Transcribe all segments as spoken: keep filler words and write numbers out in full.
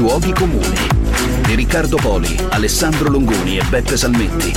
Luoghi comuni di Riccardo Poli, Alessandro Longoni e Beppe Salmetti.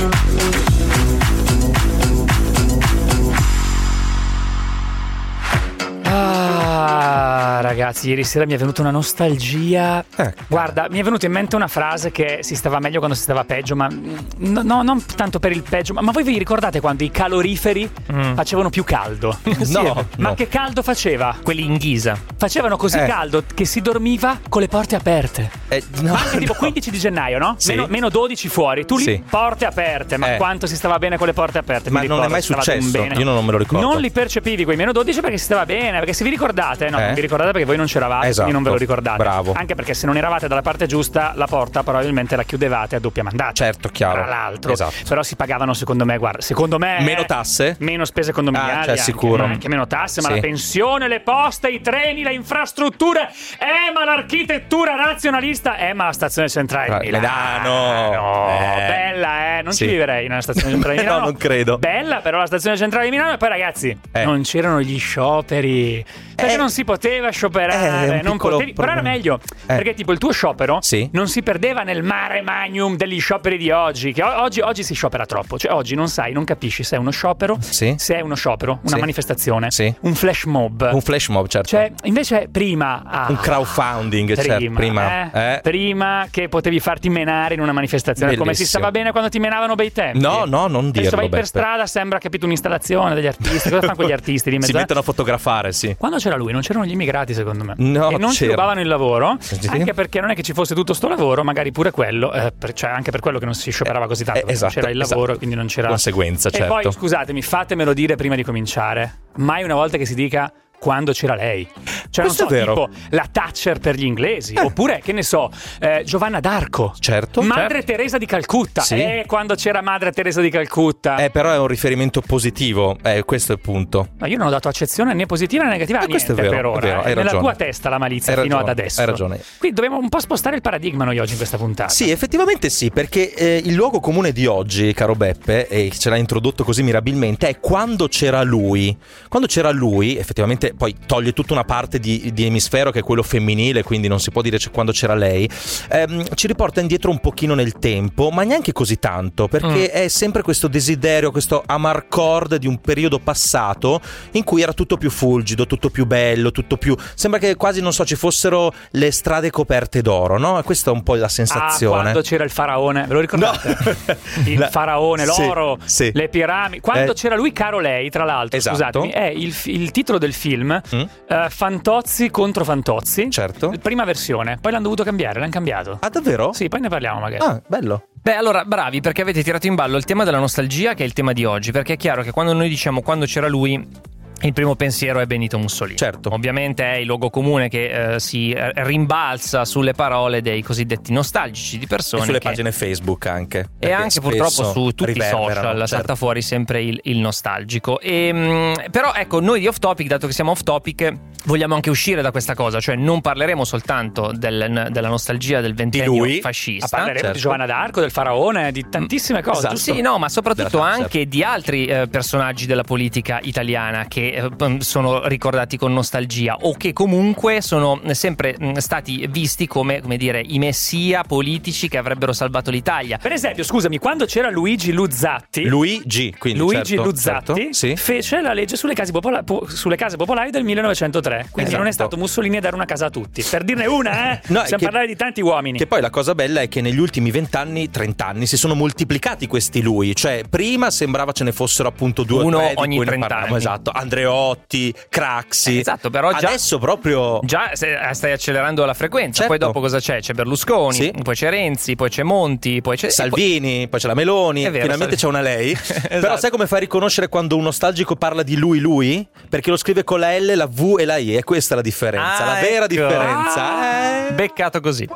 Ah, ragazzi, ieri sera mi è venuta una nostalgia. Eh. Guarda, mi è venuta in mente una frase che si stava meglio quando si stava peggio, ma no, no, non tanto per il peggio, ma, ma voi vi ricordate quando i caloriferi mm. facevano più caldo? Sì, no, ma no. che caldo faceva? Quelli in ghisa. Facevano così Eh. caldo che si dormiva con le porte aperte. Eh, no, Ma anche tipo no. quindici di gennaio, no? Sì. Meno, meno dodici fuori. Tu lì, Sì. porte aperte. Ma Eh. quanto si stava bene con le porte aperte? Ma mi non è ricordo, mai si stava successo, bene. io non me lo ricordo. Non li percepivi quei meno dodici perché si stava bene. Perché se vi ricordate, no, Eh. non vi ricordate perché voi non c'eravate, Esatto. quindi non ve lo ricordate. Bravo. Anche perché se non eravate dalla parte giusta, la porta probabilmente la chiudevate a doppia mandata. Certo, chiaro. Tra l'altro. Esatto. Però si pagavano, secondo me, guarda, secondo me Meno tasse? meno spese condominiali, Ah, cioè, anche, sicuro. ma anche meno tasse, ma Sì. la pensione, le poste, i treni, le infrastrutture, eh, ma l'architettura razionalista, eh, ma la stazione centrale Ah, di Milano. Milano. Eh. Eh. Bella, eh, non Sì. ci vivrei nella stazione centrale di Milano. No, non credo. Bella, però la stazione centrale di Milano. E poi, ragazzi, Eh. non c'erano gli scioperi. Perché Eh. non si poteva Eh, è scioperare, un non piccolo potevi. Però era problema. meglio. Eh. Perché, tipo, il tuo sciopero Sì. non si perdeva nel mare magnum degli scioperi di oggi. Che o- oggi, oggi si sciopera troppo. Cioè, oggi non sai, non capisci se è uno sciopero, Sì. se è uno sciopero, una Sì. manifestazione, Sì. un flash mob. Un flash mob, certo. Cioè, invece prima ah, Un crowdfunding, prima, certo, prima, eh? eh. prima che potevi farti menare in una manifestazione. Come si Bellissimo. stava bene quando ti menavano bei tempi. No, no, non dirlo, Adesso vai per Beppe. strada, sembra, capito, un'installazione degli artisti. Cosa fanno quegli artisti di mezzo? Si mettono a fotografare, sì. Quando c'era lui non c'erano gli immigrati, secondo me. No, e non ci c'era. rubavano il lavoro, Sì. anche perché non è che ci fosse tutto sto lavoro, magari pure quello, eh, per- cioè anche per quello che non si scioperava così tanto, Eh, perché esatto, non c'era il lavoro, esatto. quindi non c'era Conseguenza, E certo. poi, scusatemi, fatemelo dire prima di cominciare, mai una volta che si dica quando c'era lei. Cioè, Questo non so, è vero. tipo la Thatcher per gli inglesi, oppure, che ne so, eh, Giovanna d'Arco. Certo. Madre certo. Teresa di Calcutta. Sì. Eh, quando c'era Madre Teresa di Calcutta. Eh, però è un riferimento positivo, eh, questo è il punto. Ma io non ho dato accezione né positiva né negativa a Ma questo niente è vero, per ora. è vero, hai È nella ragione. tua testa la malizia Hai fino ragione, ad adesso. hai ragione. Quindi dobbiamo un po' spostare il paradigma noi oggi in questa puntata. Sì, effettivamente sì, perché eh, il luogo comune di oggi, caro Beppe, e ce l'ha introdotto così mirabilmente, è quando c'era lui. Quando c'era lui, effettivamente poi toglie tutta una parte di, di emisfero che è quello femminile, quindi non si può dire c- quando c'era lei, ehm, ci riporta indietro un pochino nel tempo, ma neanche così tanto, perché mm. è sempre questo desiderio, questo amarcord di un periodo passato in cui era tutto più fulgido, tutto più bello, tutto più... Sembra che quasi, non so, ci fossero le strade coperte d'oro, no? E questa è un po' la sensazione. Ah, quando c'era il faraone, ve lo ricordate? No. Il La- faraone, l'oro, sì, sì. le piramidi. Quando Eh. c'era lui, caro lei, tra l'altro, Esatto. scusatemi, è il, fi- il titolo del film Mm. eh, Fantozzi contro Fantozzi. Certo. Prima versione, poi l'hanno dovuto cambiare, l'hanno cambiato. Ah, davvero? Sì, poi ne parliamo magari. Ah, bello. Beh, allora, bravi, perché avete tirato in ballo il tema della nostalgia, che è il tema di oggi, perché è chiaro che quando noi diciamo quando c'era lui, il primo pensiero è Benito Mussolini. Certo. Ovviamente è il luogo comune che eh, si eh, rimbalza sulle parole dei cosiddetti nostalgici, di persone E sulle che... pagine Facebook anche. E perché anche purtroppo spesso su tutti i riverberano, social certo. salta fuori sempre il, il nostalgico. E, mh, però ecco, noi di Off Topic, dato che siamo off topic, vogliamo anche uscire da questa cosa, cioè non parleremo soltanto del, della nostalgia del ventennio lui? fascista. Ma parleremo certo. di Giovanna d'Arco, del faraone, di tantissime cose, Esatto. giusto? Sì, no, ma soprattutto Della anche Thatcher. di altri eh, personaggi della politica italiana che eh, sono ricordati con nostalgia o che comunque sono sempre mh, stati visti come, come dire, i messia politici che avrebbero salvato l'Italia. Per esempio, scusami, quando c'era Luigi Luzzatti, Luigi, quindi Luigi certo, Luzzatti certo, sì. fece la legge sulle case, popola- po- sulle case popolari del millenovecentotre. Quindi Esatto. non è stato Mussolini a dare una casa a tutti. Per dirne una, eh? No, Possiamo che- parlare di tanti uomini. Che poi la cosa bella è che negli ultimi vent'anni, trent'anni si sono moltiplicati questi lui. Cioè, prima sembrava ce ne fossero appunto due Uno o tre di ogni cui ne trenta parlavamo. anni. Esatto, Andreotti, Craxi. Eh, esatto, però già- adesso proprio Già se- stai accelerando la frequenza. Certo. Poi dopo cosa c'è? C'è Berlusconi, Sì. poi c'è Renzi, poi c'è Monti, poi c'è Salvini, poi c'è la Meloni, È vero, finalmente Salvini. c'è una lei. Esatto. Però sai come fai a riconoscere quando un nostalgico parla di lui lui? Perché lo scrive con la L, la V e la I, e questa è la differenza, Ah, la vera ecco. differenza. Eh. Beccato così.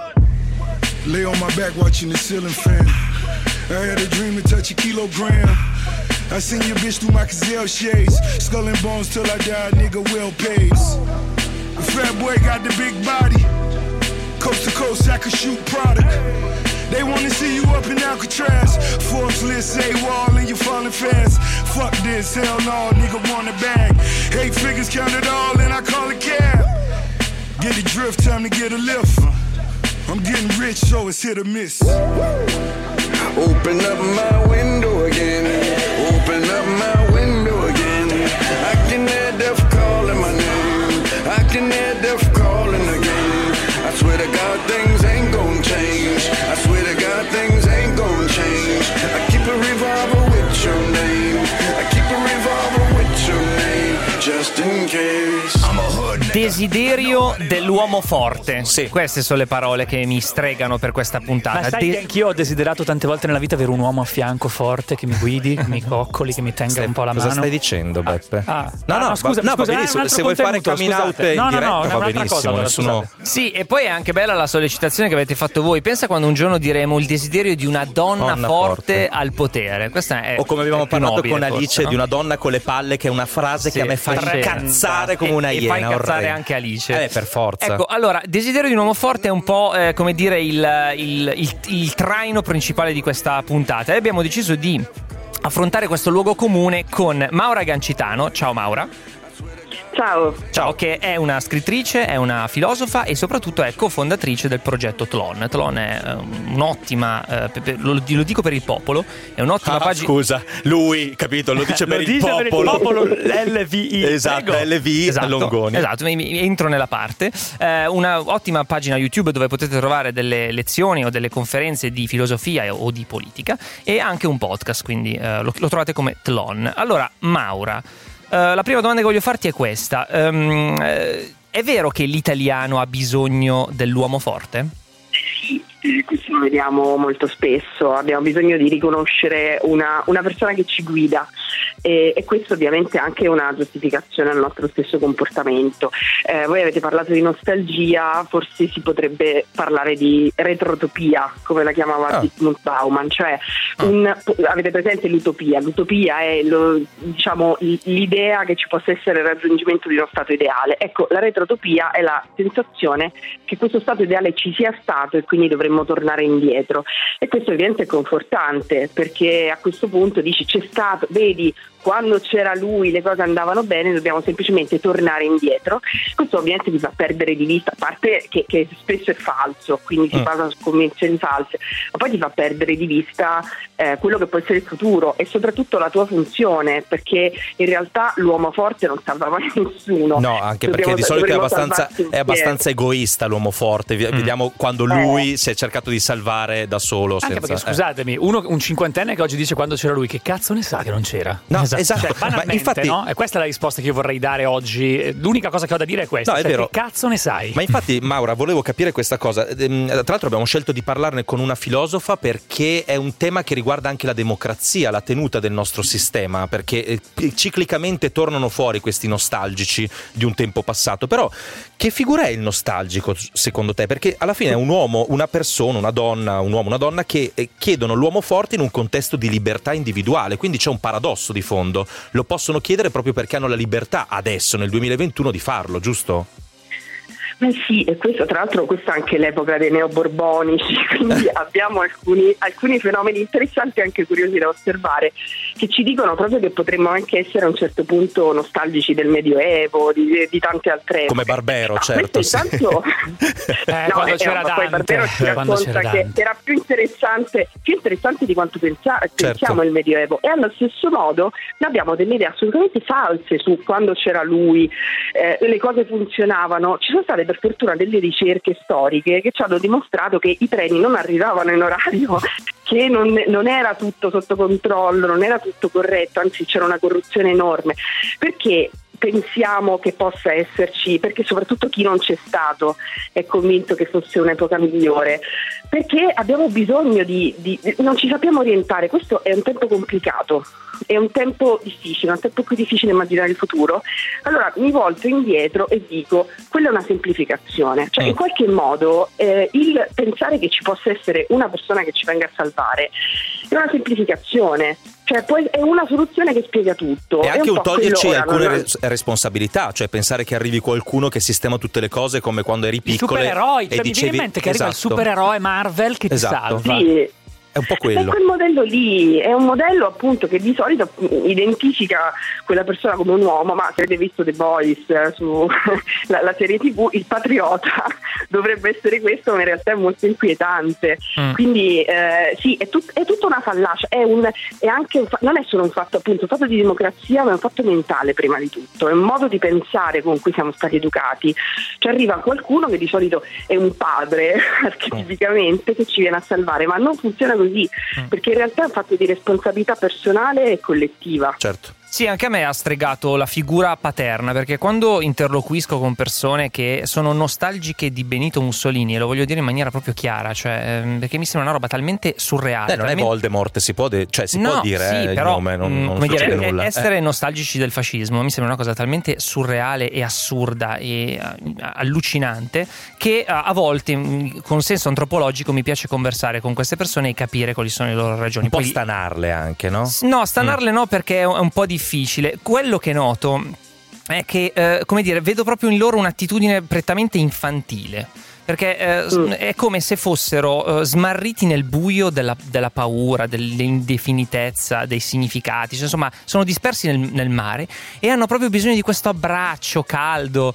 Lay on my back watching the ceiling fan. I had a dream to touch a kilogram. I seen your bitch through my gazelle shades. Skull and bones till I die, nigga well pays. The fat boy got the big body. Coast to coast, I could shoot product. They wanna see you up in Alcatraz. Forbes list say wall and you falling fast. Fuck this, hell no, nigga want a bag. Eight figures count it all and I call it cab. Get a drift, time to get a lift. I'm getting bitch, so it's hit or miss. Open up my window again. Open up my window again. I can hear death calling my name. I can hear death calling again. I swear to God things ain't gon' change. I swear to God things ain't gon' change. I keep a revolver with your name. I keep a revolver with your name. Just in case. I'm a hood. Desiderio dell'uomo forte. Sì. Queste sono le parole che mi stregano per questa puntata. Ma sai De- che anch'io ho desiderato tante volte nella vita avere un uomo a fianco forte che mi guidi, che mi coccoli, che mi tenga Stai- un po' la cosa mano. stai dicendo, Beppe? Ah, no, ah, no, no, scusa, va, no, scusa, va è benissimo. un altro Se vuoi fare contenuto, coming out scusate. in No, no, diretta no, è va un'altra benissimo. cosa, allora, Nessuno... scusate. Sì, e poi è anche bella la sollecitazione che avete fatto voi. Pensa quando un giorno diremo il desiderio di una donna, Donna forte, forte. al potere. Questa è O come avevamo è più parlato nobile, con Alice, forse, no? di una donna con le palle, che è una frase Sì, che a me fa tremenda. incazzare come una E- iena. E fa incazzare orrenda. anche Alice. Eh, per forza. Ecco, allora, desiderio di un uomo forte è un po' eh, come dire il, il, il, il traino principale di questa puntata. E abbiamo deciso di affrontare questo luogo comune con Maura Gancitano. Ciao Maura. Ciao. Ciao, che è una scrittrice, è una filosofa e soprattutto è cofondatrice del progetto Tlon. Tlon è um, un'ottima, uh, pe- pe- lo, lo dico per il popolo, è un'ottima Ah, pagina. scusa, lui, capito, lo dice, Lo per, il dice per il popolo. popolo, l'L V I. Esatto, Prego. L V I Esatto, Longoni. esatto, mi, mi- entro nella parte. Eh, una ottima pagina YouTube dove potete trovare delle lezioni o delle conferenze di filosofia o di politica e anche un podcast, quindi eh, lo, lo trovate come Tlon. Allora, Maura, eh, la prima domanda che voglio farti è questa. Um, eh, è vero che l'italiano ha bisogno dell'uomo forte? Sì, questo lo vediamo molto spesso, abbiamo bisogno di riconoscere una, una persona che ci guida e, e questo ovviamente è anche una giustificazione al nostro stesso comportamento. Eh, voi avete parlato di nostalgia, forse si potrebbe parlare di retrotopia, come la chiamava Ah. Zygmunt Bauman, cioè un, avete presente l'utopia? L'utopia è lo, diciamo, l'idea che ci possa essere il raggiungimento di uno stato ideale. Ecco, la retrotopia è la sensazione che questo stato ideale ci sia stato e quindi dovremmo tornare indietro, e questo ovviamente è confortante perché a questo punto dici c'è stato, vedi, quando c'era lui le cose andavano bene, dobbiamo semplicemente tornare indietro. Questo ovviamente ti fa perdere di vista, a parte che, che spesso è falso, quindi si basa su convinzioni false, ma poi ti fa perdere di vista eh, quello che può essere il futuro e soprattutto la tua funzione, perché in realtà l'uomo forte non salva mai nessuno. No, anche Dobbiamo- perché di solito è dovremmo abbastanza, salvarci è insieme. abbastanza egoista l'uomo forte. Vi- Vediamo quando lui si è cercato di salvare da solo. Anche senza, perché, scusatemi, uno, un cinquantenne che oggi dice quando c'era lui, che cazzo ne sa che non c'era? No, esatto. Cioè, Ma banalmente, infatti, no? E questa è la risposta che io vorrei dare oggi. L'unica cosa che ho da dire è questa. No, è cioè, vero. che cazzo ne sai? Ma infatti, Maura, volevo capire questa cosa. Ehm, Tra l'altro abbiamo scelto di parlarne con una filosofa perché è un tema che riguarda anche la democrazia, la tenuta del nostro sistema, perché eh, ciclicamente tornano fuori questi nostalgici di un tempo passato. Però che figura è il nostalgico secondo te? Perché alla fine è un uomo, una persona, una donna, un uomo, una donna che eh, chiedono l'uomo forte in un contesto di libertà individuale, quindi c'è un paradosso di fondo. Lo possono chiedere proprio perché hanno la libertà adesso, nel duemilaventuno, di farlo, giusto? Eh sì, e questo tra l'altro questa è anche l'epoca dei neoborbonici, quindi abbiamo alcuni, alcuni fenomeni interessanti e anche curiosi da osservare, che ci dicono proprio che potremmo anche essere a un certo punto nostalgici del Medioevo, di, di tante altre epoche. Come Barbero, No, certo. questo intanto Eh, no, quando eh, c'era ma poi Dante, Barbero ci quando racconta c'era che Dante. era più interessante, più interessante di quanto pensa, pensiamo Certo. il Medioevo, e allo stesso modo noi abbiamo delle idee assolutamente false su quando c'era lui, eh, le cose funzionavano. Ci sono state per fortuna delle ricerche storiche che ci hanno dimostrato che i treni non arrivavano in orario, che non, non era tutto sotto controllo, non era tutto corretto, anzi c'era una corruzione enorme. Perché pensiamo che possa esserci, perché soprattutto chi non c'è stato è convinto che fosse un'epoca migliore? Perché abbiamo bisogno di, di, di non ci sappiamo orientare. Questo è un tempo complicato, è un tempo difficile, è un tempo più difficile immaginare il futuro. Allora mi volto indietro e dico, quella è una semplificazione, cioè in qualche modo eh, il pensare che ci possa essere una persona che ci venga a salvare è una semplificazione, cioè poi è una soluzione che spiega tutto. E È anche un po' toglierci quello- alcune ora, non- res- responsabilità, cioè pensare che arrivi qualcuno che sistema tutte le cose come quando eri I piccolo supereroi, e cioè mi viene dicevi in mente che arriva il esatto. supereroe Marvel che Esatto. ti salva. Sì. È un po' quello. È quel modello lì, è un modello appunto che di solito identifica quella persona come un uomo, ma se avete visto The Boys su la, la serie tivù, il patriota dovrebbe essere questo, ma in realtà è molto inquietante. Mm. Quindi eh, sì, è, tut- è tutta una fallacia, è, un, è anche un fa- non è solo un fatto appunto un fatto di democrazia, ma è un fatto mentale prima di tutto, è un modo di pensare con cui siamo stati educati. Cioè arriva qualcuno che di solito è un padre archetipicamente che ci viene a salvare, ma non funziona così, perché in realtà è un fatto di responsabilità personale e collettiva. Certo. Sì, anche a me ha stregato la figura paterna, perché quando interloquisco con persone che sono nostalgiche di Benito Mussolini, e lo voglio dire in maniera proprio chiara, cioè perché mi sembra una roba talmente surreale. Beh, non talmente... è Voldemort, si può, de- cioè, si no, può dire sì, eh, però, il nome, non, non come succede dire, nulla. Essere eh. nostalgici del fascismo mi sembra una cosa talmente surreale e assurda e uh, allucinante che uh, a volte, in, con senso antropologico, mi piace conversare con queste persone e capire quali sono le loro ragioni. Un po' Poi, stanarle anche, no? No, stanarle mm. no, perché è un, è un po' difficile. Quello che noto è che, eh, come dire, vedo proprio in loro un'attitudine prettamente infantile. Perché eh, mm. è come se fossero eh, smarriti nel buio della, della paura, dell'indefinitezza, dei significati. Cioè, insomma, sono dispersi nel, nel mare e hanno proprio bisogno di questo abbraccio caldo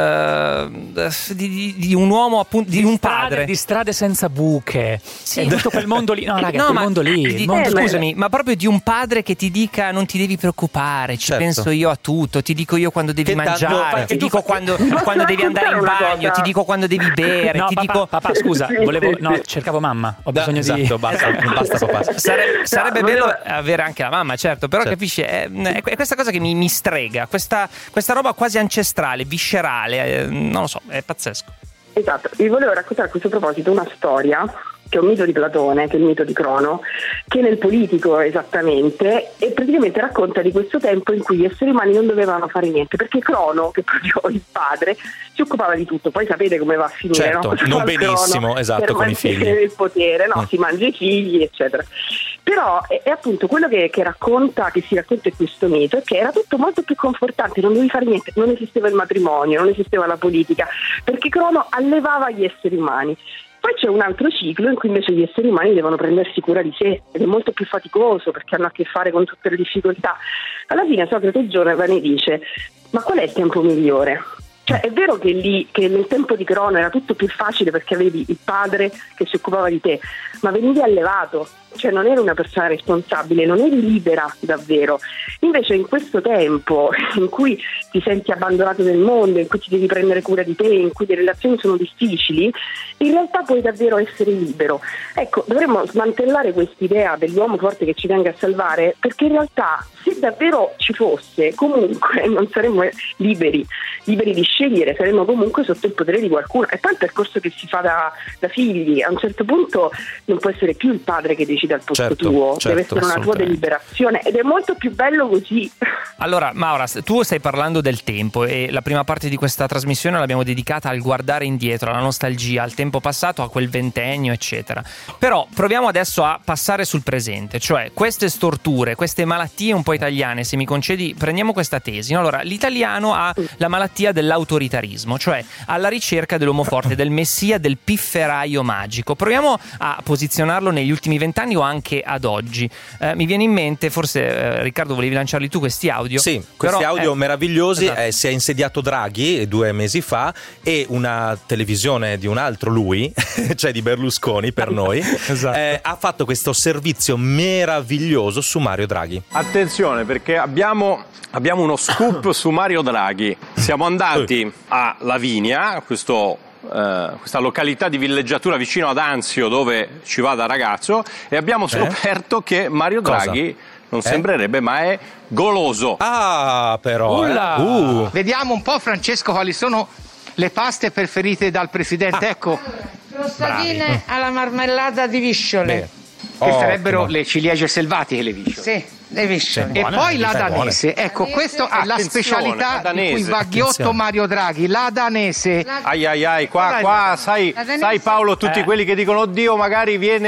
eh, di, di, di un uomo, appunto, di, di un strade, padre. Di strade senza buche. Sì. È tutto quel mondo lì. No, raga, no, quel ma, mondo lì. Di, il mondo eh, scusami, ma proprio di un padre che ti dica non ti devi preoccupare, ci certo. penso io a tutto, ti dico io quando devi che mangiare, tanto, ti dico quando, quando devi andare in bagno, ti dico quando devi bere, no, ti papà, dico... Papà, scusa, volevo, no, cercavo mamma. Ho bisogno esatto, di. basta, basta papà. Sare, sarebbe no, bello volevo... avere anche la mamma, certo, però certo. capisci, è, è questa cosa che mi, mi strega, questa, questa roba quasi ancestrale, viscerale, eh, non lo so, è pazzesco. Esatto, vi volevo raccontare a questo proposito una storia che è un mito di Platone, che è il mito di Crono, che nel politico esattamente, e praticamente racconta di questo tempo in cui gli esseri umani non dovevano fare niente, perché Crono, che è proprio il padre, si occupava di tutto. Poi sapete come va a finire, certo, no? non benissimo, Crono, esatto, con i figli. Il potere, no? Mm. Si mangia i figli, eccetera. Però è, è appunto quello che, che racconta, che si racconta in questo mito, è che era tutto molto più confortante, non dovevi fare niente, non esisteva il matrimonio, non esisteva la politica, perché Crono allevava gli esseri umani. Poi c'è un altro ciclo in cui invece gli esseri umani devono prendersi cura di sé ed è molto più faticoso perché hanno a che fare con tutte le difficoltà. Alla fine Socrate giovane dice: ma qual è il tempo migliore? Cioè è vero che lì, che nel tempo di Crono era tutto più facile perché avevi il padre che si occupava di te, ma venivi allevato, cioè non eri una persona responsabile, non eri libera davvero. Invece in questo tempo in cui ti senti abbandonato nel mondo, in cui ti devi prendere cura di te, in cui le relazioni sono difficili, in realtà puoi davvero essere libero. Ecco, dovremmo smantellare quest'idea dell'uomo forte che ci venga a salvare, perché in realtà se davvero ci fosse, comunque non saremmo liberi, liberi di scegliere, saremmo comunque sotto il potere di qualcuno. E poi il percorso che si fa da, da figli, a un certo punto non può essere più il padre che decide al posto certo, tuo, certo, deve essere una tua deliberazione ed è molto più bello così. Allora Maura, tu stai parlando del tempo e la prima parte di questa trasmissione l'abbiamo dedicata al guardare indietro, alla nostalgia, al tempo passato, a quel ventennio eccetera. Però proviamo adesso a passare sul presente, cioè queste storture, queste malattie un po' italiane, se mi concedi, prendiamo questa tesi, no? Allora l'italiano ha la malattia dell'autoritarismo, cioè alla ricerca dell'uomo forte, del messia, del pifferaio magico. Proviamo a posizionarlo negli ultimi vent'anni o anche ad oggi. Eh, mi viene in mente, forse eh, Riccardo volevi lanciarli tu questi audio? Sì, questi però, audio eh, meravigliosi. esatto. eh, si è insediato Draghi due mesi fa e una televisione di un altro lui, cioè di Berlusconi per noi, esatto. eh, ha fatto questo servizio meraviglioso su Mario Draghi. Attenzione, perché abbiamo, abbiamo uno scoop su Mario Draghi. Siamo andati a Lavinia, questo Uh, questa località di villeggiatura vicino ad Anzio dove ci va da ragazzo, e abbiamo scoperto eh? che Mario Draghi Cosa? non eh? sembrerebbe, ma è goloso. Ah, però eh. uh. Vediamo un po', Francesco, quali sono le paste preferite dal presidente. Ah. Ecco, crostadine alla marmellata di visciole. Beh. Che oh, sarebbero ottimo. le ciliegie selvatiche, le visciole. Sì, le visciole. E poi la danese. Ecco, questa è la specialità di cui va ghiotto Mario Draghi, la danese. Ai ai ai, qua, qua sai, sai Paolo, tutti eh. quelli che dicono oddio, magari viene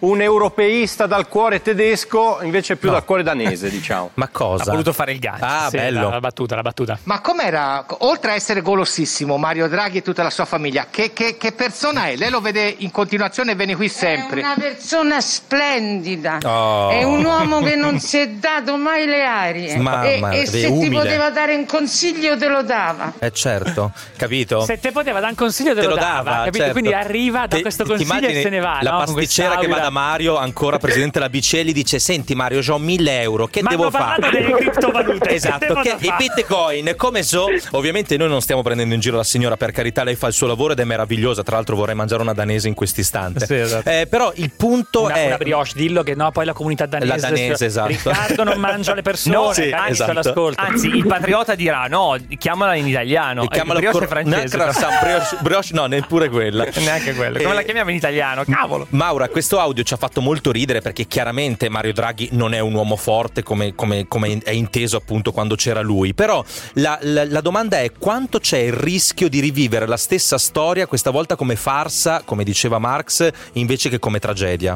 un europeista dal cuore tedesco, invece più no. dal cuore danese, diciamo. Ma cosa? Ha voluto fare il gancio. Ah, Sì, bello. La, la battuta, la battuta. Ma com'era, oltre a essere golosissimo, Mario Draghi e tutta la sua famiglia, che, che, che persona è? Lei lo vede in continuazione e viene qui sempre. È una persona splendida, Oh. è un uomo che non si è dato mai le arie. Mamma, e, è e se umile. ti poteva dare un consiglio te lo dava. Eh certo, capito? Se te poteva dare un consiglio te, Te lo lo dava, dava, capito? certo. Quindi arriva da Te- questo ti consiglio e immagini se ne va. la no? Con pasticcera che va quest'aura. da Mario, ancora presidente della B C E, gli dice: senti Mario, c'ho mille euro, che Ma devo hanno parlato fare? delle criptovalute. Esatto, che, i bitcoin, come so. Ovviamente noi non stiamo prendendo in giro la signora, per carità, lei fa il suo lavoro ed è meravigliosa. Tra l'altro vorrei mangiare una danese in quest'istante. Sì, esatto. eh, però il punto Una, è una brioche, dillo che no, poi la comunità danese. La danese, esatto. Riccardo non mangia le persone. No, sì, cazzo, esatto. all'ascolto. Anzi, il patriota dirà no, chiamala in italiano. E chiamala brioche cor- francese. una croissant, brioche, brioche, no, neppure quella. Neanche quello. Come Eh, la chiamiamo in italiano? Cavolo. Maura, questo audio ci ha fatto molto ridere perché chiaramente Mario Draghi non è un uomo forte come, come, come è inteso appunto quando c'era lui, però la, la, la domanda è: quanto c'è il rischio di rivivere la stessa storia, questa volta come farsa, come diceva Marx, invece che come tragedia?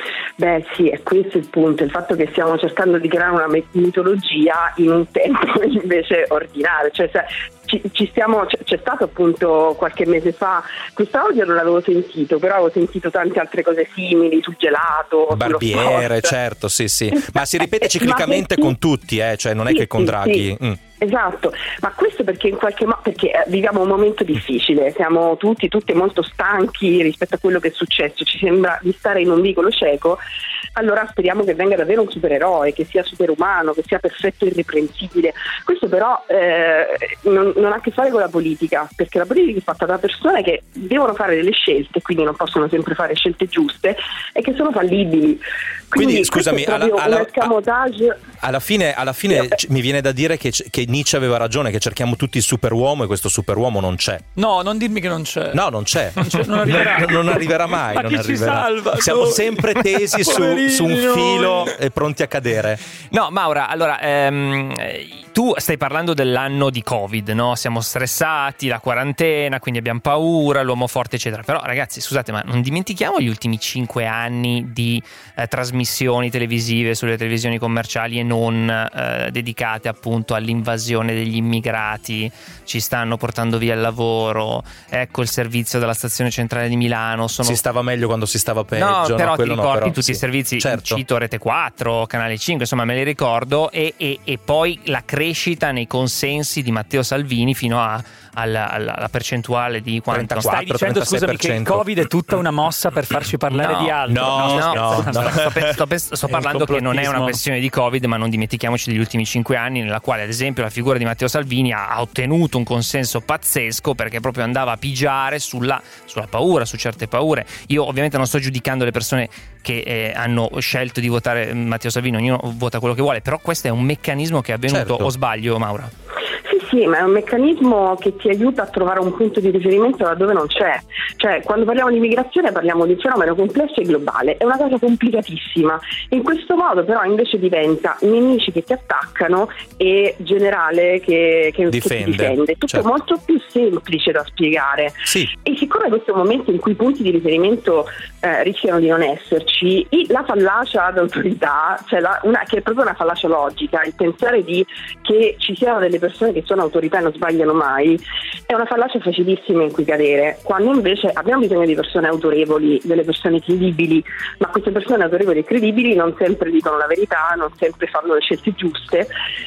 Beh sì, è questo il punto, il fatto che stiamo cercando di creare una mitologia in un tempo invece ordinario, cioè se, ci, ci stiamo, c'è, c'è stato appunto qualche mese fa, quest'audio non l'avevo sentito, però avevo sentito tante altre cose simili sul gelato, Barbiere, certo, sì sì, ma si ripete ciclicamente Ma con tutti, eh? Cioè non è sì, che con sì, Draghi. sì. Mm. Esatto, ma questo perché in qualche modo perché viviamo un momento difficile, siamo tutti tutte molto stanchi rispetto a quello che è successo, ci sembra di stare in un vicolo cieco, allora speriamo che venga davvero un supereroe, che sia superumano, che sia perfetto e irreprensibile. Questo però eh, non, non ha a che fare con la politica, perché la politica è fatta da persone che devono fare delle scelte, quindi non possono sempre fare scelte giuste e che sono fallibili. Quindi, Quindi scusami, alla, alla, alla, alla fine, alla fine Io, c- mi viene da dire che, che Nietzsche aveva ragione, che cerchiamo tutti il superuomo e questo superuomo non c'è. No, non dirmi che non c'è. No, non c'è. Non, c'è, non arriverà. non, non arriverà mai. Ma non chi arriverà. ci salva? Siamo Noi. sempre tesi su, Poverini su un filo noi. e pronti a cadere. No, Maura, allora, ehm, tu stai parlando dell'anno di Covid, no? Siamo stressati, la quarantena, quindi abbiamo paura, l'uomo forte, eccetera. Però, ragazzi, scusate, ma non dimentichiamo gli ultimi cinque anni di eh, trasmissioni televisive sulle televisioni commerciali e non eh, dedicate appunto all'invasione degli immigrati, ci stanno portando via il lavoro, ecco il servizio della stazione centrale di Milano. Sono... Si stava meglio quando si stava peggio. No, no però ti quello ricordi no, però, tutti sì. i servizi, certo. cito Rete quattro, Canale cinque, insomma me li ricordo, e, e, e poi la crescita nei consensi di Matteo Salvini fino a, alla, alla, alla percentuale di quanto? trentaquattro, Stai dicendo, scusami, che il Covid è tutta una mossa per farci parlare No, di altro? no, sto no, scherzando. no. Sto, pe- sto, pe- sto È un parlando che non è una complottismo. questione di Covid, ma non dimentichiamoci degli ultimi cinque anni nella quale ad esempio la figura di Matteo Salvini ha, ha ottenuto un consenso pazzesco perché proprio andava a pigiare sulla, sulla paura, su certe paure. Io ovviamente non sto giudicando le persone che eh, hanno scelto di votare Matteo Salvini, ognuno vota quello che vuole, però questo è un meccanismo che è avvenuto, Certo. o sbaglio, Maura? Sì, sì, ma è un meccanismo che ti aiuta a trovare un punto di riferimento da dove non c'è. Cioè, quando parliamo di migrazione parliamo di un fenomeno complesso e globale, è una cosa complicatissima. In questo modo però invece diventa nemici che ti attaccano e generale che, che, Difende, che ti difende. Tutto certo. molto più semplice da spiegare. Sì. E siccome questo è un momento in cui i punti di riferimento eh, rischiano di non esserci, i- la fallacia d'autorità, cioè la, una, che è proprio una fallacia logica, il pensare di che ci siano delle persone che sono autorità e non sbagliano mai, è una fallacia facilissima in cui cadere, quando invece abbiamo bisogno di persone autorevoli, delle persone credibili, ma queste persone autorevoli e credibili non sempre dicono la verità, non sempre fanno le scelte giuste,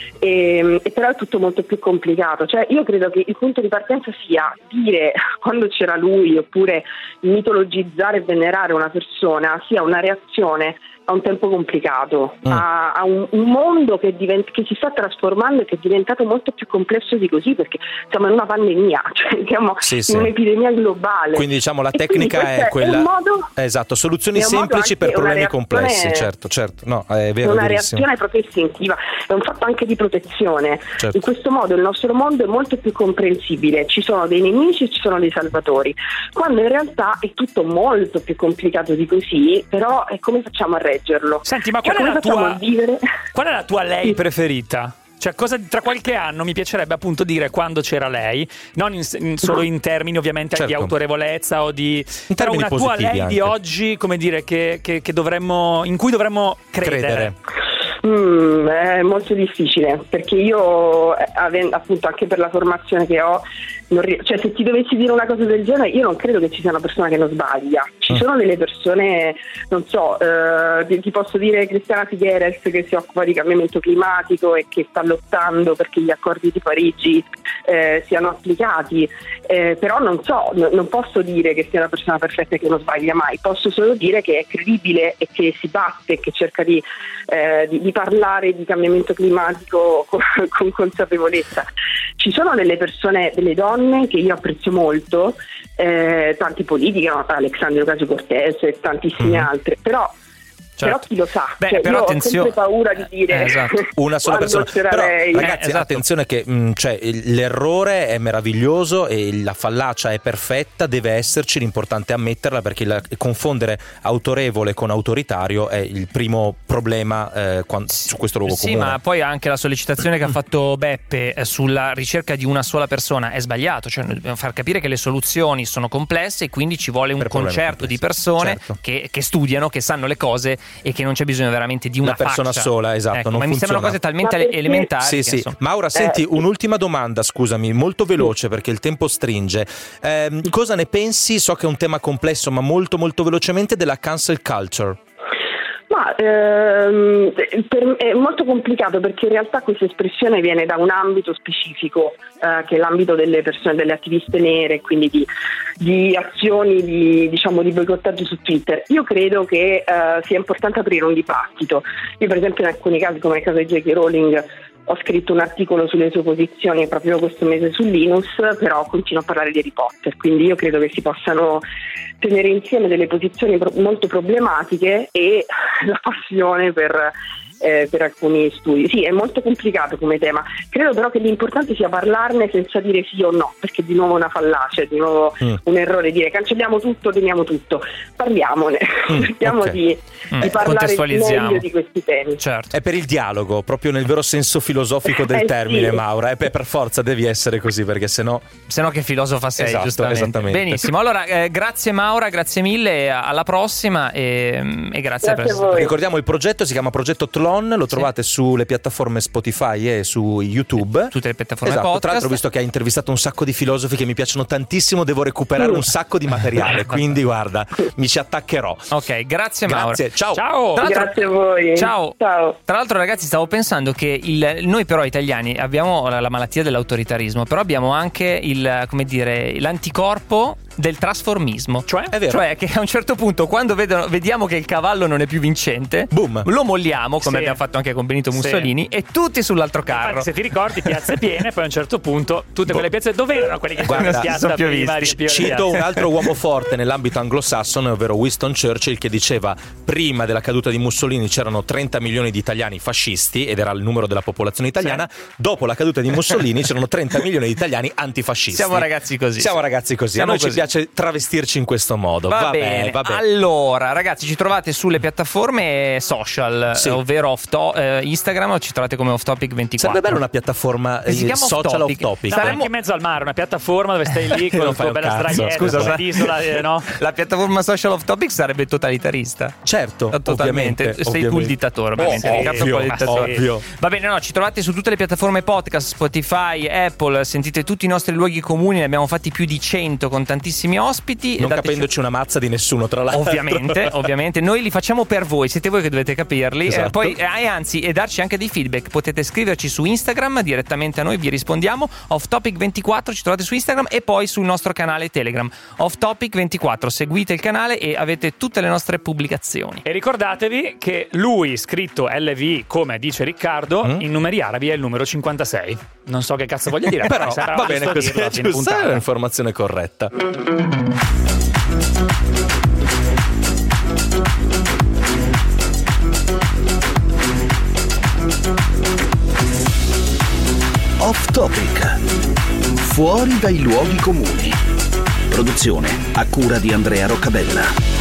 e, e però è tutto molto più complicato. Cioè io credo che il punto di partenza sia dire quando c'era lui, oppure mitologizzare e venerare una persona, sia una reazione a un tempo complicato, mm. a, a un, un mondo che, divent- che si sta trasformando e che è diventato molto più complesso di così, perché siamo in una pandemia, cioè siamo Sì, sì. in un'epidemia globale. Quindi diciamo la E tecnica quindi è questo quella. È un modo, esatto, soluzioni è un modo semplici per anche una problemi reazione- complessi, certo, certo. No, è vero, una è verissimo. reazione proprio istintiva, è un fatto anche di protezione. Certo. In questo modo il nostro mondo è molto più comprensibile, ci sono dei nemici e ci sono dei salvatori, quando in realtà è tutto molto più complicato di così, però è come facciamo a reggerlo? Senti, ma Cioè, qual è come la facciamo tua a vivere? qual è la tua lei Sì. preferita? Cioè, cosa, tra qualche anno mi piacerebbe appunto dire quando c'era lei, non in, in, solo in termini ovviamente certo. di autorevolezza o di... In però una tua lei anche. di oggi, come dire, che, che, che dovremmo, in cui dovremmo credere. credere. Mm, è molto difficile, perché io, avendo, appunto, anche per la formazione che ho, non, cioè se ti dovessi dire una cosa del genere, io non credo che ci sia una persona che non sbaglia. Ci mm. sono delle persone, non so, eh, ti, ti posso dire Cristiana Figueres, che si occupa di cambiamento climatico e che sta lottando perché gli accordi di Parigi eh, siano applicati, eh, però non so, n- non posso dire che sia una persona perfetta e che non sbaglia mai, posso solo dire che è credibile e che si batte e che cerca di, eh, di, di parlare di cambiamento climatico con, con consapevolezza. Ci sono delle persone, delle donne che io apprezzo molto, eh, tanti politici, no? Alexandria Ocasio-Cortez e tantissime mm. altre, però Certo. Però chi lo sa. Beh, cioè, però io attenzione... ho sempre paura di dire eh, esatto. una sola persona. Però, lei. ragazzi, eh, esatto. attenzione che mh, cioè, l'errore è meraviglioso e la fallacia è perfetta, deve esserci, l'importante è ammetterla, perché la, confondere autorevole con autoritario è il primo problema eh, quando, su questo luogo sì, comune. Sì, ma poi anche la sollecitazione che ha fatto Beppe eh, sulla ricerca di una sola persona è sbagliato, cioè dobbiamo far capire che le soluzioni sono complesse e quindi ci vuole un per concerto di persone certo. che, che studiano, che sanno le cose e che non c'è bisogno veramente di una, una persona faccia. sola, esatto, ecco, non ma funziona. mi sembrano cose talmente perché... elementari. Sì, che, sì. insomma... Maura, senti, eh. un'ultima domanda, scusami, molto veloce perché il tempo stringe. Eh, cosa ne pensi? So che è un tema complesso, ma molto molto velocemente, della cancel culture. Ma ehm, per, è molto complicato, perché in realtà questa espressione viene da un ambito specifico, eh, che è l'ambito delle persone, delle attiviste nere, quindi di, di azioni di, diciamo, di boicottaggio su Twitter. Io credo che eh, sia importante aprire un dibattito. Io per esempio in alcuni casi, come nel caso di J K Rowling, ho scritto un articolo sulle sue posizioni proprio questo mese su Linus, però continuo a parlare di Harry Potter, quindi io credo che si possano tenere insieme delle posizioni pro- molto problematiche e la passione per, eh, per alcuni studi. Sì, è molto complicato come tema, credo però che l'importante sia parlarne senza dire sì o no, perché di nuovo è una fallacia, di nuovo mm. un errore dire cancelliamo tutto, teniamo tutto. Parliamone, mm, cerchiamo okay. di, mm. di parlare meglio di questi temi. Certo. È per il dialogo, proprio nel vero senso filosofico del eh, termine, sì. Maura, e per forza devi essere così, perché sennò se no che filosofa sei, esatto, giustamente. Esattamente. Benissimo, allora eh, grazie Maura, grazie mille, alla prossima e, e grazie, grazie per... Ricordiamo il progetto, si chiama Progetto Tlon, lo sì. trovate sulle piattaforme Spotify e su YouTube, tutte le piattaforme esatto. podcast. Tra l'altro ho visto che ha intervistato un sacco di filosofi che mi piacciono tantissimo, devo recuperare un sacco di materiale, quindi guarda, mi ci attaccherò. Ok, grazie Maura. Grazie, ciao. Ciao. Grazie a voi. Ciao. Ciao. Tra l'altro ragazzi, stavo pensando che il, noi però italiani abbiamo la, la malattia dell'autoritarismo, però abbiamo anche il, come dire, l'anticorpo del trasformismo. Cioè? È vero. Cioè che a un certo punto, quando vedono, vediamo che il cavallo non è più vincente, boom, lo molliamo, come sì. abbiamo fatto anche con Benito Mussolini, sì. e tutti sull'altro carro. Infatti, se ti ricordi, piazze piene, poi a un certo punto tutte quelle piazze, dove erano quelli che Guarda, in piazza più prima visti. di Cito un altro uomo forte nell'ambito anglosassone, ovvero Winston Churchill, che diceva: prima della caduta di Mussolini c'erano trenta milioni di italiani fascisti, ed era il numero della popolazione italiana, sì. Dopo la caduta di Mussolini c'erano trenta milioni di italiani antifascisti. Siamo ragazzi così. Siamo ragazzi così. Siamo a noi così. ci piace travestirci in questo modo. Va, va bene. bene, va bene. Allora ragazzi, ci trovate sulle piattaforme social, sì. eh, ovvero off to- eh, Instagram, ci trovate come Off Topic ventiquattro. Sarebbe bella una piattaforma eh, si chiama social off off topic. No, saremmo in mezzo al mare, una piattaforma dove stai lì con Non il fai tuo un bella cazzo. straghetto, Scusa, sulla sa- isola, eh, no? La piattaforma social off topic sarebbe totalitarista. Certo, Totalmente. ovviamente, Sei tu il ovviamente. dittatore, ovviamente. Oh, Riccardo, ovvio, poi il dittatore. ovvio. Va bene, no, ci trovate su tutte le piattaforme podcast, Spotify, Apple, sentite tutti i nostri luoghi comuni, ne abbiamo fatti più di cento con tantissimi ospiti. Non Dateci... capendoci una mazza di nessuno, tra l'altro. Ovviamente, ovviamente, noi li facciamo per voi, siete voi che dovete capirli. Esatto. Eh, poi, eh, e anzi, e darci anche dei feedback. Potete scriverci su Instagram direttamente a noi, vi rispondiamo. Off Topic ventiquattro, ci trovate su Instagram e poi sul nostro canale Telegram. Off Topic ventiquattro, seguite il canale e avete tutte le nostre pubblicazioni. E ricordatevi che lui, scritto L V come dice Riccardo, mm? in numeri arabi è il numero cinquantasei. Non so che cazzo voglia dire, però sarà va bene così, dirlo a fine giusto, è puntata. un'informazione corretta. Off Topic. Fuori dai luoghi comuni. Produzione a cura di Andrea Roccabella.